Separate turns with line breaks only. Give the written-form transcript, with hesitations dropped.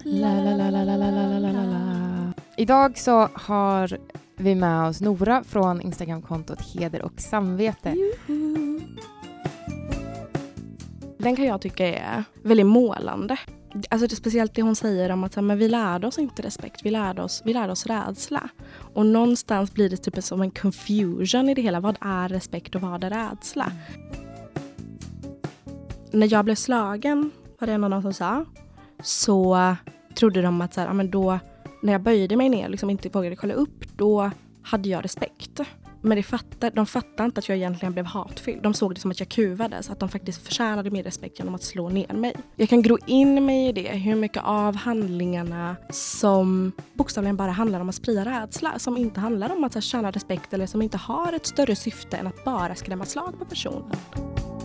Idag så har vi med oss Nora från Instagramkontot Heder och samvete.
Den kan jag tycka är väldigt målande. Alltså det är speciellt det hon säger om att men vi lärde oss inte respekt, vi lärde oss rädsla. Och någonstans blir det typ som en confusion i det hela. Vad är respekt och vad är rädsla? När jag blev slagen, var det någon som sa, så trodde de att så här, men då, när jag böjde mig ner liksom inte vågade kolla upp, då hade jag respekt. Men de fattade inte att jag egentligen blev hatfylld. De såg det som att jag kuvades, att de faktiskt förtjänade min respekt genom att slå ner mig. Jag kan gro in mig i det, hur mycket av handlingarna som bokstavligen bara handlar om att sprida rädsla, som inte handlar om att tjäna respekt eller som inte har ett större syfte än att bara skrämma slag på personen.